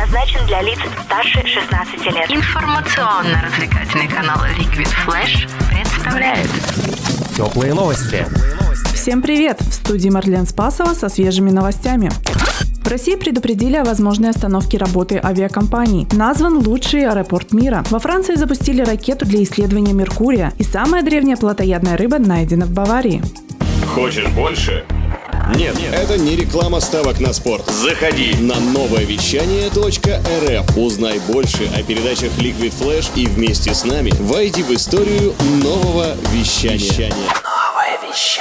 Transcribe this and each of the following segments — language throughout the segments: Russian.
предназначен для лиц старше 16 лет. Информационно-развлекательный канал Liquid Flash представляет Теплые новости. Всем привет! В студии Марлен Спасова со свежими новостями. В России предупредили о возможной остановке работы авиакомпаний. Назван лучший аэропорт мира. Во Франции запустили ракету для исследования Меркурия. И самая древняя плотоядная рыба найдена в Баварии. Хочешь больше? Нет, это не реклама ставок на спорт. Заходи на нововещание.рф. Узнай больше о передачах Liquid Flash и вместе с нами войди в историю нового вещания. Новое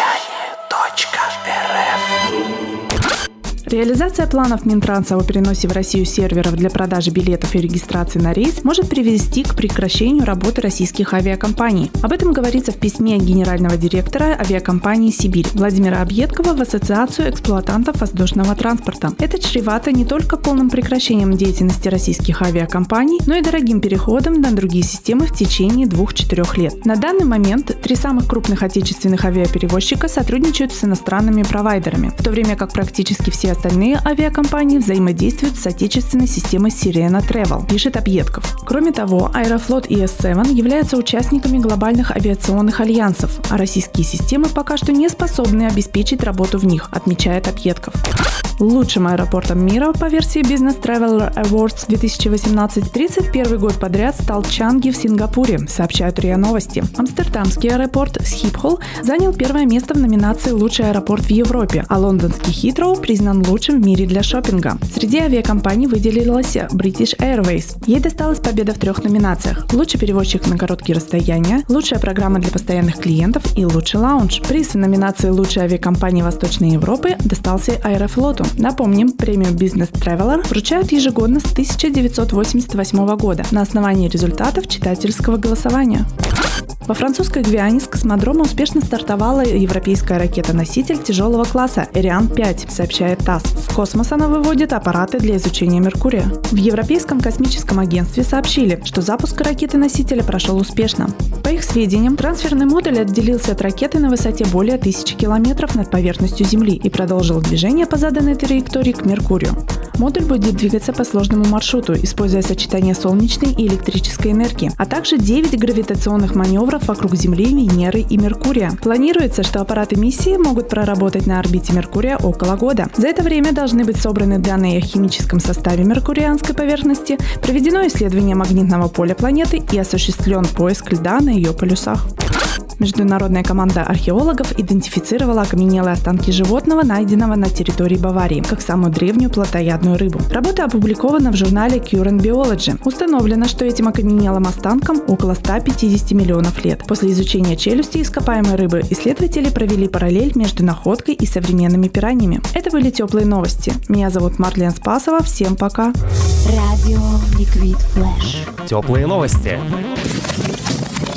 вещание.рф. Реализация планов Минтранса о переносе в Россию серверов для продажи билетов и регистрации на рейс может привести к прекращению работы российских авиакомпаний. Об этом говорится в письме генерального директора авиакомпании «Сибирь» Владимира Объедкова в Ассоциацию эксплуатантов воздушного транспорта. Это чревато не только полным прекращением деятельности российских авиакомпаний, но и дорогим переходом на другие системы в течение 2-4 лет. На данный момент 3 самых крупных отечественных авиаперевозчика сотрудничают с иностранными провайдерами, в то время как практически все остальные авиакомпании взаимодействуют с отечественной системой Sirena Travel, пишет Объедков. Кроме того, Аэрофлот и S7 являются участниками глобальных авиационных альянсов, а российские системы пока что не способны обеспечить работу в них, отмечает Объедков. Лучшим аэропортом мира по версии Business Traveler Awards 2018 31 год подряд стал Чанги в Сингапуре, сообщают РИА Новости. Амстердамский аэропорт Схипхол занял первое место в номинации «Лучший аэропорт в Европе», а лондонский Хитроу признан лучшим в мире для шопинга. Среди авиакомпаний выделилась British Airways. Ей досталась победа в 3 номинациях: лучший перевозчик на короткие расстояния, лучшая программа для постоянных клиентов и лучший лаунж. Приз в номинации «Лучшая авиакомпания Восточной Европы» достался Аэрофлоту. Напомним, премию Business Traveler вручают ежегодно с 1988 года на основании результатов читательского голосования. Во французской Гвиане с космодрома успешно стартовала европейская ракета-носитель тяжелого класса Ariane-5, сообщает ТАСС. В космос она выводит аппараты для изучения Меркурия. В Европейском космическом агентстве сообщили, что запуск ракеты-носителя прошел успешно. По их сведениям, трансферный модуль отделился от ракеты на высоте более 1000 километров над поверхностью Земли и продолжил движение по заданной траектории к Меркурию. Модуль будет двигаться по сложному маршруту, используя сочетание солнечной и электрической энергии, а также 9 гравитационных маневров вокруг Земли, Венеры и Меркурия. Планируется, что аппараты миссии могут проработать на орбите Меркурия около года. За это время должны быть собраны данные о химическом составе меркурианской поверхности, проведено исследование магнитного поля планеты и осуществлен поиск льда на ее полюсах. Международная команда археологов идентифицировала окаменелые останки животного, найденного на территории Баварии, как самую древнюю плотоядную рыбу. Работа опубликована в журнале Current Biology. Установлено, что этим окаменелым останкам около 150 миллионов лет. После изучения челюсти ископаемой рыбы исследователи провели параллель между находкой и современными пираньями. Это были теплые новости. Меня зовут Марлен Спасова. Всем пока. Радио Liquid Flash. Теплые новости.